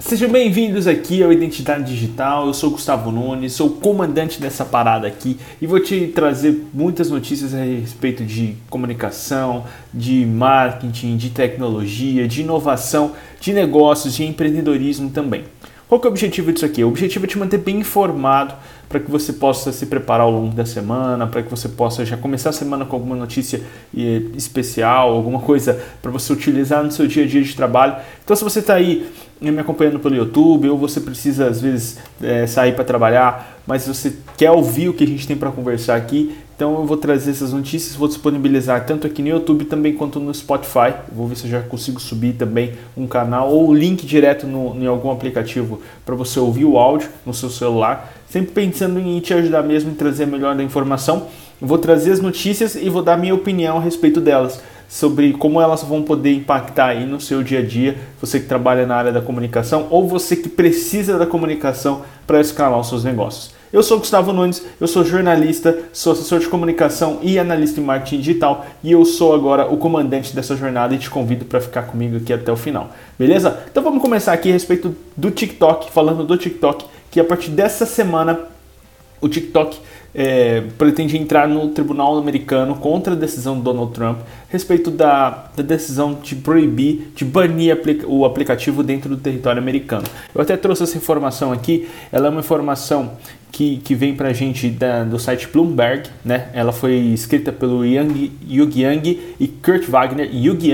Sejam bem-vindos aqui ao Identidade Digital. Eu sou Gustavo Nunes, sou o comandante dessa parada aqui e vou te trazer muitas notícias a respeito de comunicação, de marketing, de tecnologia, de inovação, de negócios, de empreendedorismo também. Qual que é o objetivo disso aqui? O objetivo é te manter bem informado para que você possa se preparar ao longo da semana, para que você possa já começar a semana com alguma notícia especial, alguma coisa para você utilizar no seu dia a dia de trabalho. Então, se você está aí me acompanhando pelo YouTube, ou você precisa às vezes sair para trabalhar, mas você quer ouvir o que a gente tem para conversar aqui, então eu vou trazer essas notícias, vou disponibilizar tanto aqui no YouTube também quanto no Spotify. Vou ver se eu já consigo subir também um canal ou o link direto em algum aplicativo para você ouvir o áudio no seu celular. Sempre pensando em te ajudar mesmo, em trazer melhor da informação. Eu vou trazer as notícias e vou dar minha opinião a respeito delas, sobre como elas vão poder impactar aí no seu dia a dia, você que trabalha na área da comunicação ou você que precisa da comunicação para escalar os seus negócios. Eu sou Gustavo Nunes, eu sou jornalista, sou assessor de comunicação e analista em marketing digital e eu sou agora o comandante dessa jornada e te convido para ficar comigo aqui até o final, beleza? Então vamos começar aqui a respeito do TikTok, falando do TikTok, que a partir dessa semana o TikTok pretende entrar no tribunal americano contra a decisão do Donald Trump a respeito da decisão de proibir, de banir o aplicativo dentro do território americano. Eu até trouxe essa informação aqui, ela é uma informação que vem pra gente do site Bloomberg, né? Ela foi escrita pelo Yu Yang e Kurt Wagner.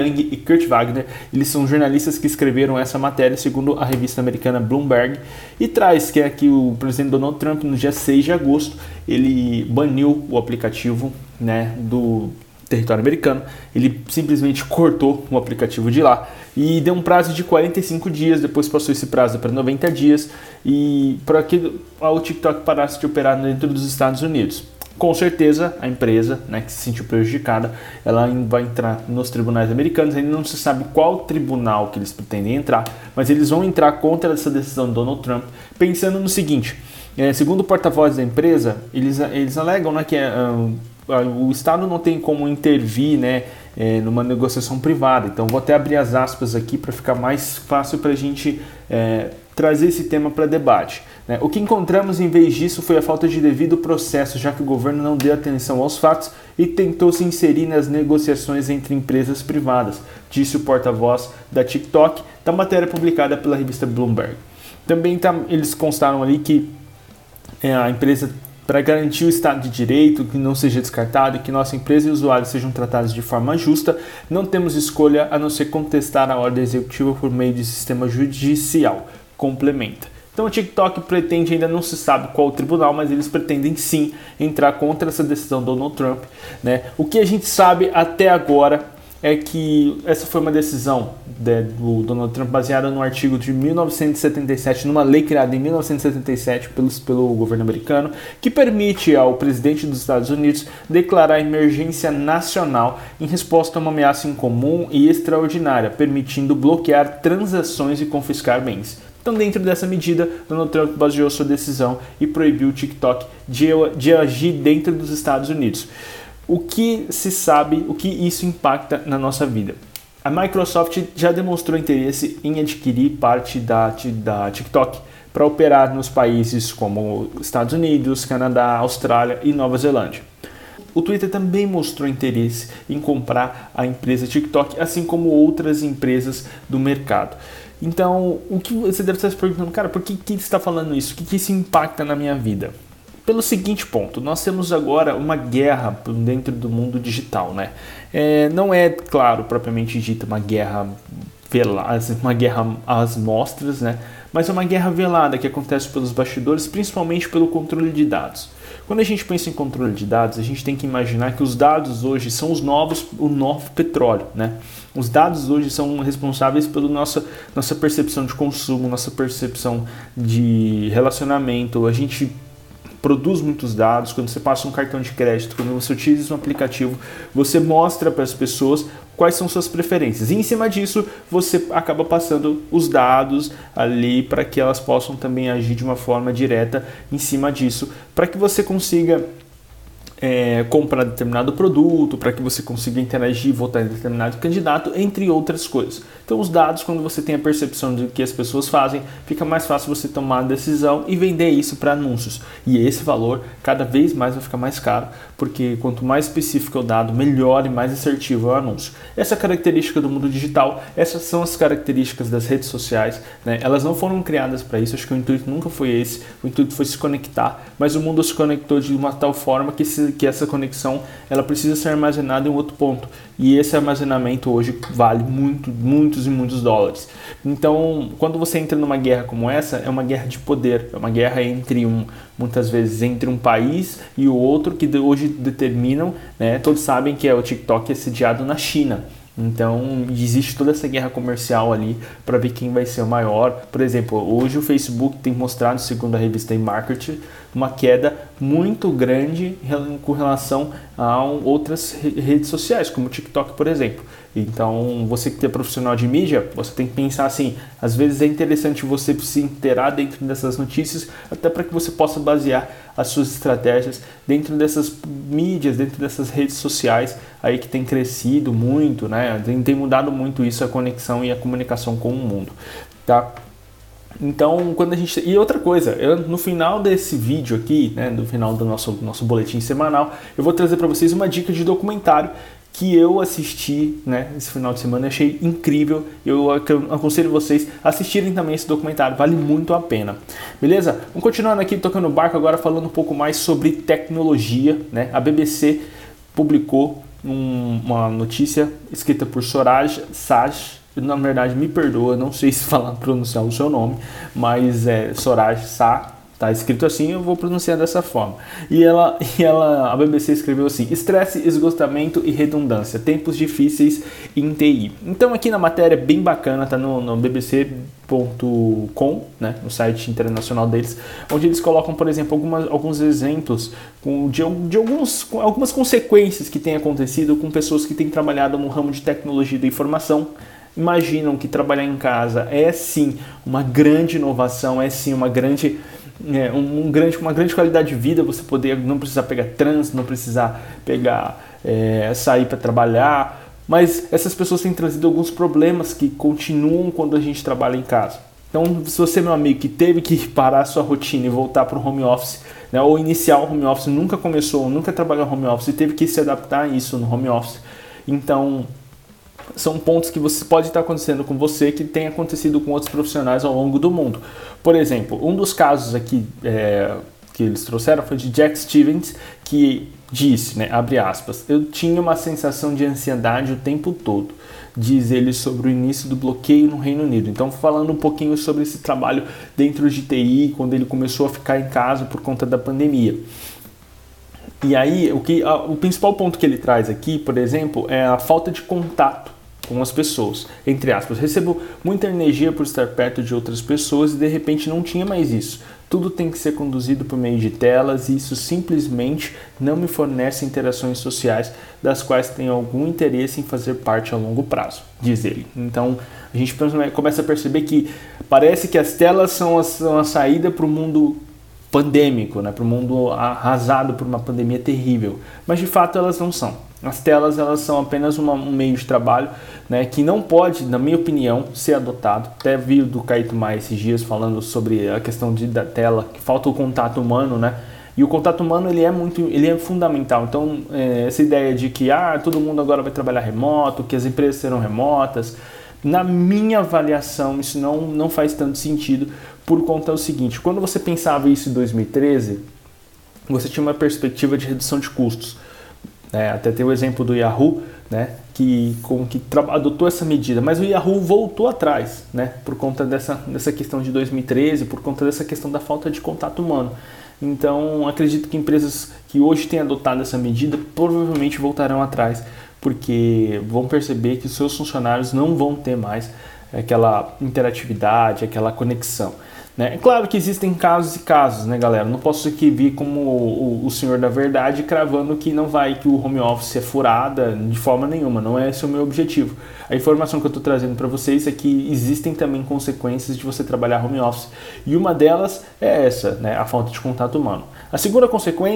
Eles são jornalistas que escreveram essa matéria segundo a revista americana Bloomberg e traz que é que o presidente Donald Trump no dia 6 de agosto ele baniu o aplicativo, né, do território americano. Ele simplesmente cortou o aplicativo de lá e deu um prazo de 45 dias, depois passou esse prazo para 90 dias e para que o TikTok parasse de operar dentro dos Estados Unidos. Com certeza a empresa, né, que se sentiu prejudicada, ela vai entrar nos tribunais americanos. Ainda não se sabe qual tribunal que eles pretendem entrar, mas eles vão entrar contra essa decisão do Donald Trump, pensando no seguinte, segundo o porta-voz da empresa, eles alegam, né, que o Estado não tem como intervir, né, numa negociação privada. Então vou até abrir as aspas aqui para ficar mais fácil para a gente trazer esse tema para debate. Né? O que encontramos em vez disso foi a falta de devido processo, já que o governo não deu atenção aos fatos e tentou se inserir nas negociações entre empresas privadas, disse o porta-voz da TikTok, da matéria publicada pela revista Bloomberg. Também eles constaram ali que a empresa, para garantir o Estado de Direito, que não seja descartado e que nossa empresa e usuários sejam tratados de forma justa, não temos escolha a não ser contestar a ordem executiva por meio de sistema judicial, complementa. Então o TikTok pretende, ainda não se sabe qual o tribunal, mas eles pretendem sim entrar contra essa decisão do Donald Trump, né? O que a gente sabe até agora é que essa foi uma decisão do Donald Trump baseada no artigo de 1977, numa lei criada em 1977 pelo governo americano, que permite ao presidente dos Estados Unidos declarar emergência nacional em resposta a uma ameaça incomum e extraordinária, permitindo bloquear transações e confiscar bens. Então, dentro dessa medida, Donald Trump baseou sua decisão e proibiu o TikTok de agir dentro dos Estados Unidos. O que se sabe, o que isso impacta na nossa vida? A Microsoft já demonstrou interesse em adquirir parte da TikTok para operar nos países como Estados Unidos, Canadá, Austrália e Nova Zelândia. O Twitter também mostrou interesse em comprar a empresa TikTok, assim como outras empresas do mercado. Então, o que você deve estar se perguntando, cara, por que você está falando isso? O que isso impacta na minha vida? Pelo seguinte ponto, nós temos agora uma guerra dentro do mundo digital, né? Não é, claro, propriamente dita uma guerra velada, uma guerra às mostras, né? Mas é uma guerra velada que acontece pelos bastidores, principalmente pelo controle de dados. Quando a gente pensa em controle de dados, a gente tem que imaginar que os dados hoje são o novo petróleo, né? Os dados hoje são responsáveis pela nossa percepção de consumo, nossa percepção de relacionamento. A gente produz muitos dados. Quando você passa um cartão de crédito, quando você utiliza um aplicativo, você mostra para as pessoas quais são suas preferências. E em cima disso, você acaba passando os dados ali para que elas possam também agir de uma forma direta em cima disso, para que você consiga comprar determinado produto, para que você consiga interagir e votar em determinado candidato, entre outras coisas. Então os dados, quando você tem a percepção de que as pessoas fazem, fica mais fácil você tomar a decisão e vender isso para anúncios. E esse valor cada vez mais vai ficar mais caro, porque quanto mais específico é o dado, melhor e mais assertivo é o anúncio. Essa é a característica do mundo digital, essas são as características das redes sociais, né? Elas não foram criadas para isso, acho que o intuito nunca foi esse, o intuito foi se conectar, mas o mundo se conectou de uma tal forma que essa conexão ela precisa ser armazenada em outro ponto, e esse armazenamento hoje vale muitos e muitos dólares. Então, quando você entra numa guerra como essa, é uma guerra de poder, é uma guerra muitas vezes entre um país e o outro, que hoje determinam, né? Todos sabem que o TikTok é sediado na China. Então, existe toda essa guerra comercial ali para ver quem vai ser o maior. Por exemplo, hoje o Facebook tem mostrado, segundo a revista eMarketer, uma queda muito grande com relação a outras redes sociais, como o TikTok, por exemplo. Então, você que é profissional de mídia, você tem que pensar assim, às vezes é interessante você se inteirar dentro dessas notícias, até para que você possa basear as suas estratégias dentro dessas mídias, dentro dessas redes sociais aí que tem crescido muito, né? Tem mudado muito isso, a conexão e a comunicação com o mundo, tá? Então, quando a gente... E outra coisa, no final desse vídeo aqui, né, no final do nosso boletim semanal, eu vou trazer para vocês uma dica de documentário que eu assisti, né, esse final de semana, achei incrível. Eu aconselho vocês a assistirem também esse documentário, vale muito a pena. Beleza? Vamos continuando aqui, tocando o barco agora, falando um pouco mais sobre tecnologia, né? A BBC publicou uma notícia escrita por Suraj Saj. Na verdade, me perdoa, não sei se pronunciar o seu nome, mas é Suraj Saj. Tá escrito assim, eu vou pronunciar dessa forma. A BBC escreveu assim: estresse, esgotamento e redundância, tempos difíceis em TI. Então aqui na matéria bem bacana, tá no bbc.com, né, no site internacional deles, onde eles colocam, por exemplo, alguns exemplos de algumas consequências que têm acontecido com pessoas que têm trabalhado no ramo de tecnologia da informação. Imaginam que trabalhar em casa é sim uma grande inovação, é sim uma grande qualidade de vida, você poder não precisar pegar trânsito, não precisar sair para trabalhar, mas essas pessoas têm trazido alguns problemas que continuam quando a gente trabalha em casa. Então, se você, meu amigo, que teve que parar a sua rotina e voltar para o home office, né, ou iniciar o home office, nunca trabalhou home office e teve que se adaptar a isso no home office, então são pontos que pode estar acontecendo com você, que tem acontecido com outros profissionais ao longo do mundo. Por exemplo, um dos casos aqui que eles trouxeram foi de Jack Stevens, que disse, né, abre aspas, eu tinha uma sensação de ansiedade o tempo todo, diz ele sobre o início do bloqueio no Reino Unido. Então, falando um pouquinho sobre esse trabalho dentro de TI, quando ele começou a ficar em casa por conta da pandemia. E aí, o principal ponto que ele traz aqui, por exemplo, é a falta de contato com as pessoas, entre aspas. Recebo muita energia por estar perto de outras pessoas e de repente não tinha mais isso. Tudo tem que ser conduzido por meio de telas e isso simplesmente não me fornece interações sociais das quais tenho algum interesse em fazer parte a longo prazo, diz ele. Então a gente começa a perceber que parece que as telas são a saída para o mundo pandêmico, né, para o mundo arrasado por uma pandemia terrível, mas de fato elas não são. As telas elas são apenas um meio de trabalho, né, que não pode, na minha opinião, ser adotado. Até vi do Caíto Maia esses dias falando sobre a questão da tela, que falta o contato humano, né? E o contato humano ele é fundamental. Então essa ideia de que todo mundo agora vai trabalhar remoto, que as empresas serão remotas, na minha avaliação isso não faz tanto sentido, por conta do seguinte: quando você pensava isso em 2013, você tinha uma perspectiva de redução de custos. Até tem o exemplo do Yahoo, né, que adotou essa medida, mas o Yahoo voltou atrás, né, por conta dessa questão de 2013, por conta dessa questão da falta de contato humano. Então, acredito que empresas que hoje têm adotado essa medida provavelmente voltarão atrás, porque vão perceber que os seus funcionários não vão ter mais aquela interatividade, aquela conexão. É claro que existem casos e casos, né, galera? Não posso aqui vir como o senhor da verdade cravando que que o home office é furada de forma nenhuma. Não é esse o meu objetivo. A informação que eu estou trazendo para vocês é que existem também consequências de você trabalhar home office. E uma delas é essa, né, a falta de contato humano. A segunda consequência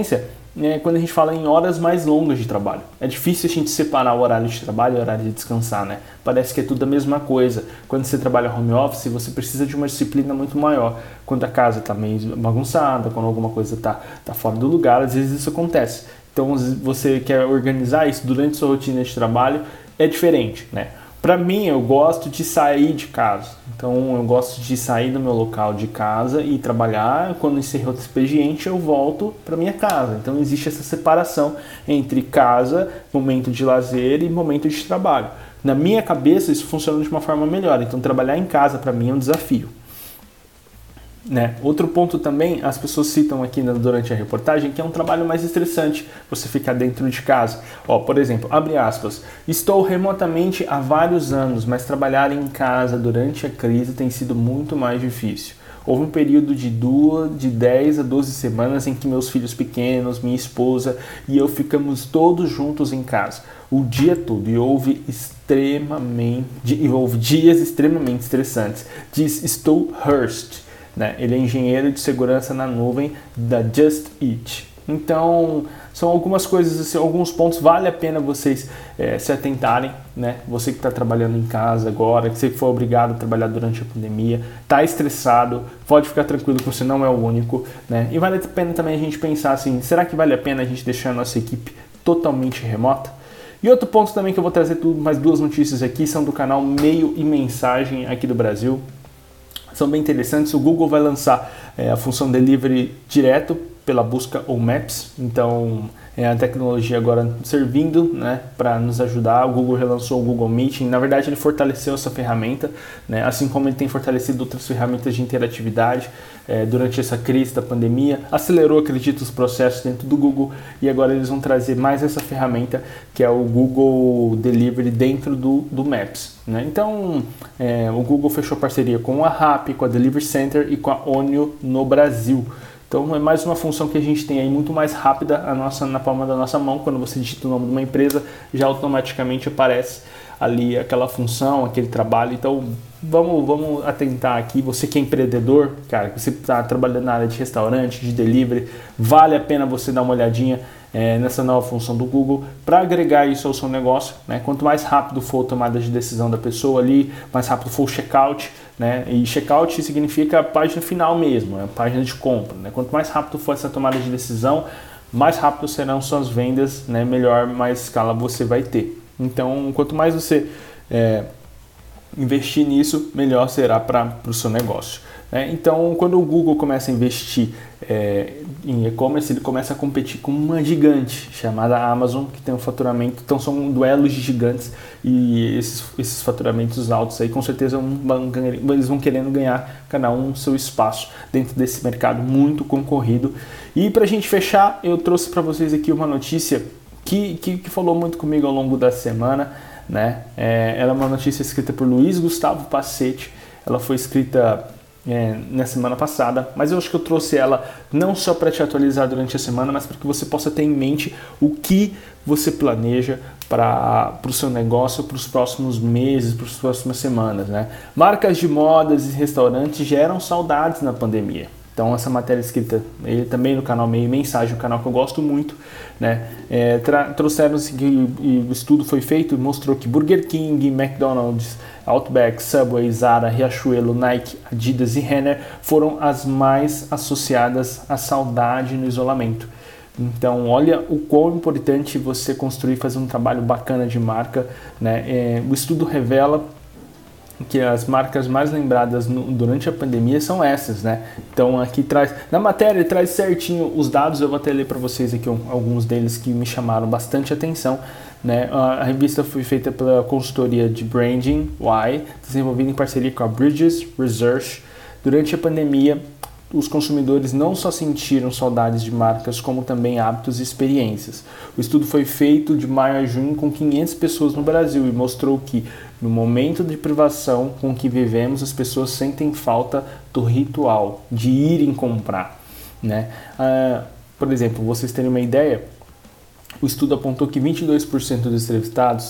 quando a gente fala em horas mais longas de trabalho. É difícil a gente separar o horário de trabalho e o horário de descansar, né? Parece que é tudo a mesma coisa. Quando você trabalha home office, você precisa de uma disciplina muito maior. Quando a casa está meio bagunçada, quando alguma coisa está fora do lugar, às vezes isso acontece. Então, você quer organizar isso durante sua rotina de trabalho, é diferente, né? Para mim, eu gosto de sair de casa. Então, eu gosto de sair do meu local de casa e trabalhar. Quando encerrar outro expediente, eu volto para minha casa. Então, existe essa separação entre casa, momento de lazer e momento de trabalho. Na minha cabeça, isso funciona de uma forma melhor. Então, trabalhar em casa, para mim, é um desafio. Né? Outro ponto também, as pessoas citam aqui durante a reportagem que é um trabalho mais estressante você ficar dentro de casa. Por exemplo, abre aspas, estou remotamente há vários anos, mas trabalhar em casa durante a crise tem sido muito mais difícil. Houve um período de 10 a 12 semanas em que meus filhos pequenos, minha esposa e eu ficamos todos juntos em casa o dia todo e houve dias extremamente estressantes, diz Stu Hurst. Né? Ele é engenheiro de segurança na nuvem da Just Eat. Então, são algumas coisas, assim, alguns pontos vale a pena vocês se atentarem, né? Você que está trabalhando em casa agora, que você foi obrigado a trabalhar durante a pandemia, está estressado, pode ficar tranquilo que você não é o único, né? E vale a pena também a gente pensar assim, será que vale a pena a gente deixar a nossa equipe totalmente remota? E outro ponto também que eu vou trazer mais duas notícias aqui, são do canal Meio e Mensagem aqui do Brasil. São bem interessantes. O Google vai lançar a função Delivery direto pela busca ou Maps. Então, a tecnologia agora servindo, né, para nos ajudar. O Google relançou o Google Meeting. Na verdade, ele fortaleceu essa ferramenta, né, assim como ele tem fortalecido outras ferramentas de interatividade durante essa crise da pandemia. Acelerou, acredito, os processos dentro do Google e agora eles vão trazer mais essa ferramenta que é o Google Delivery dentro do Maps. Né? Então, o Google fechou parceria com a Rappi, com a Delivery Center e com a Onio no Brasil. Então é mais uma função que a gente tem aí muito mais rápida na palma da nossa mão. Quando você digita o nome de uma empresa, já automaticamente aparece ali aquela função, aquele trabalho. Então vamos atentar aqui. Você que é empreendedor, cara, que você está trabalhando na área de restaurante, de delivery, vale a pena você dar uma olhadinha nessa nova função do Google para agregar isso ao seu negócio, né? Quanto mais rápido for a tomada de decisão da pessoa ali, mais rápido for o checkout, né? E checkout significa a página final mesmo, a página de compra, né? Quanto mais rápido for essa tomada de decisão, mais rápido serão suas vendas, né? Melhor, mais escala você vai ter. Então, quanto mais você investir nisso, melhor será para o seu negócio. Então, quando o Google começa a investir em e-commerce, ele começa a competir com uma gigante chamada Amazon, que tem um faturamento, então são duelos de gigantes e esses faturamentos altos aí com certeza eles vão querendo ganhar cada um seu espaço dentro desse mercado muito concorrido. E para a gente fechar, eu trouxe para vocês aqui uma notícia que falou muito comigo ao longo da semana, né? Ela é uma notícia escrita por Luiz Gustavo Pacete, ela foi escrita na semana passada, mas eu acho que eu trouxe ela não só para te atualizar durante a semana, mas para que você possa ter em mente o que você planeja para o seu negócio, para os próximos meses, para as próximas semanas, né? Marcas de modas e restaurantes geram saudades na pandemia. Então essa matéria escrita também no canal Meio Mensagem, um canal que eu gosto muito, né? Trouxeram que o estudo foi feito e mostrou que Burger King, McDonald's, Outback, Subway, Zara, Riachuelo, Nike, Adidas e Renner foram as mais associadas à saudade no isolamento. Então olha o quão importante você construir e fazer um trabalho bacana de marca, né? O estudo revela que as marcas mais lembradas durante a pandemia são essas, né? Então aqui na matéria traz certinho os dados, eu vou até ler para vocês aqui alguns deles que me chamaram bastante atenção, né? A revista foi feita pela consultoria de Branding Y, desenvolvida em parceria com a Bridges Research. Durante a pandemia, os consumidores não só sentiram saudades de marcas, como também hábitos e experiências. O estudo foi feito de maio a junho com 500 pessoas no Brasil e mostrou que, no momento de privação com que vivemos, as pessoas sentem falta do ritual, de irem comprar, né? Por exemplo, vocês terem uma ideia, o estudo apontou que 22% dos entrevistados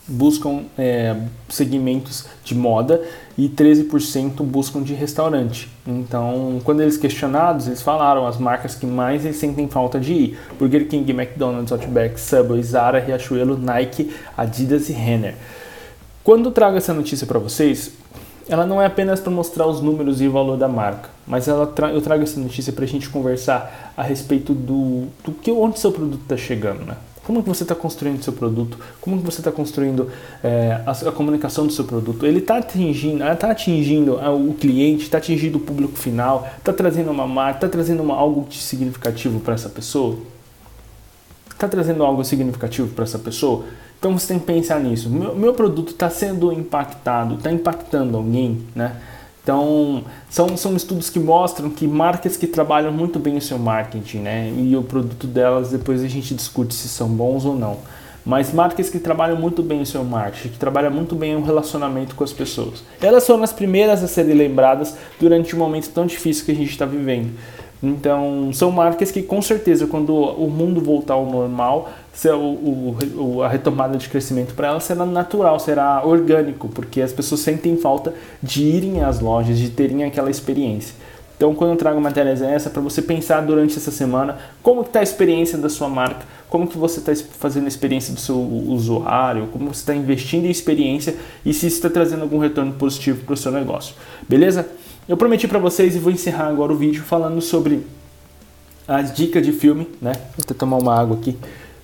buscam segmentos de moda e 13% buscam de restaurante. Então, quando eles questionados, eles falaram as marcas que mais eles sentem falta de ir: Burger King, McDonald's, Outback, Subway, Zara, Riachuelo, Nike, Adidas e Renner. Quando eu trago essa notícia para vocês, ela não é apenas para mostrar os números e o valor da marca, mas eu trago essa notícia para a gente conversar a respeito onde seu produto está chegando, né? Como que você está construindo o seu produto? Como que você está construindo a comunicação do seu produto? Ela está atingindo o cliente, está atingindo o público final, está trazendo uma marca, está trazendo algo de significativo para essa pessoa? Está trazendo algo significativo para essa pessoa? Então você tem que pensar nisso. Meu produto está sendo impactado, está impactando alguém, né? Então, são estudos que mostram que marcas que trabalham muito bem o seu marketing, né? E o produto delas, depois a gente discute se são bons ou não. Mas marcas que trabalham muito bem o seu marketing, que trabalham muito bem o relacionamento com as pessoas. Elas foram as primeiras a serem lembradas durante um momento tão difícil que a gente está vivendo. Então, são marcas que com certeza, quando o mundo voltar ao normal, a retomada de crescimento para elas será natural, será orgânico, porque as pessoas sentem falta de irem às lojas, de terem aquela experiência. Então, quando eu trago matérias essa, para você pensar durante essa semana como está a experiência da sua marca, como que você está fazendo a experiência do seu usuário, como você está investindo em experiência e se isso está trazendo algum retorno positivo para o seu negócio. Beleza? Eu prometi para vocês e vou encerrar agora o vídeo falando sobre as dicas de filme, né? Vou até tomar uma água aqui.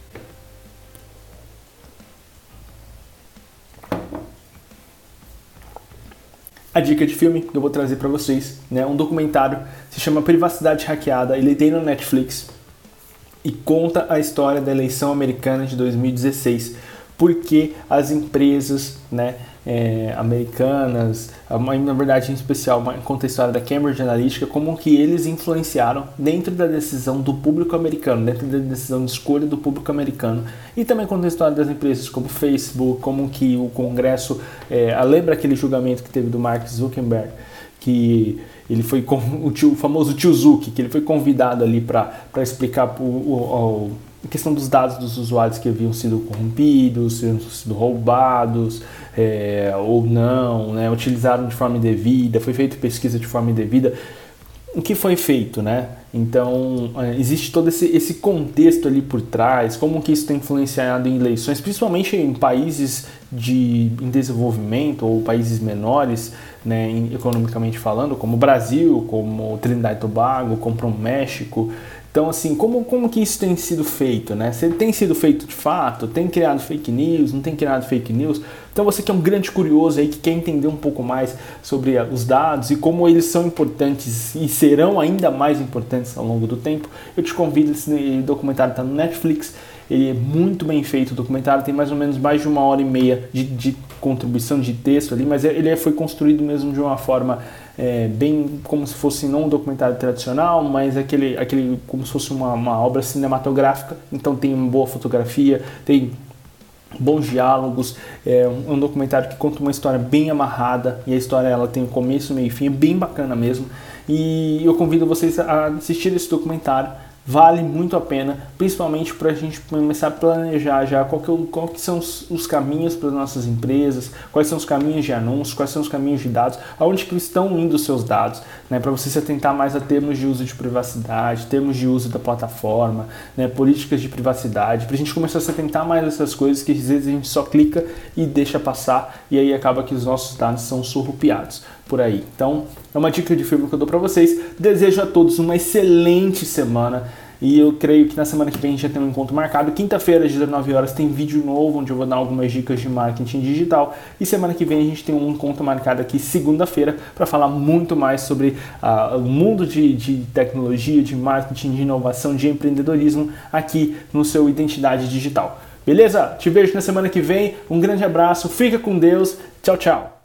A dica de filme que eu vou trazer para vocês, né? Um documentário, se chama Privacidade Hackeada, ele tem no Netflix e conta a história da eleição americana de 2016. Porque as empresas, né, americanas, na verdade em especial conta a história da Cambridge Analytica, como que eles influenciaram dentro da decisão do público americano, dentro da decisão de escolha do público americano, e também conta a história das empresas como Facebook, como que o Congresso, lembra aquele julgamento que teve do Mark Zuckerberg, que ele foi o famoso tio Zuck, que ele foi convidado ali para explicar a questão dos dados dos usuários que haviam sido corrompidos, sido roubados ou não, né, utilizaram de forma indevida, foi feita pesquisa de forma indevida. O que foi feito, né? Então, existe todo esse contexto ali por trás, como que isso tem influenciado em eleições, principalmente em países em desenvolvimento ou países menores, né, economicamente falando, como o Brasil, como Trinidad e Tobago, como o México. Então, assim, como que isso tem sido feito, né? Se tem sido feito de fato, tem criado fake news, não tem criado fake news? Então, você que é um grande curioso aí, que quer entender um pouco mais sobre os dados e como eles são importantes e serão ainda mais importantes ao longo do tempo, eu te convido, esse documentário está no Netflix, ele é muito bem feito, o documentário tem mais ou menos mais de 1h30 de contribuição de texto ali, mas ele foi construído mesmo de uma forma bem como se fosse não um documentário tradicional, mas aquele como se fosse uma obra cinematográfica. Então tem uma boa fotografia, tem bons diálogos, um documentário que conta uma história bem amarrada, e a história ela tem um começo, meio e fim, é bem bacana mesmo, e eu convido vocês a assistir esse documentário. Vale muito a pena, principalmente para a gente começar a planejar já qual que são os caminhos para as nossas empresas, quais são os caminhos de anúncios, quais são os caminhos de dados, aonde que estão indo os seus dados, né, para você se atentar mais a termos de uso de privacidade, termos de uso da plataforma, né, políticas de privacidade, para a gente começar a se atentar mais a essas coisas que às vezes a gente só clica e deixa passar, e aí acaba que os nossos dados são surrupiados por aí. Então, é uma dica de filme que eu dou para vocês. Desejo a todos uma excelente semana e eu creio que na semana que vem a gente já tem um encontro marcado. Quinta-feira, às 19 horas, tem vídeo novo onde eu vou dar algumas dicas de marketing digital, e semana que vem a gente tem um encontro marcado aqui segunda-feira para falar muito mais sobre o mundo de tecnologia, de marketing, de inovação, de empreendedorismo aqui no seu Identidade Digital. Beleza? Te vejo na semana que vem. Um grande abraço, fica com Deus. Tchau, tchau.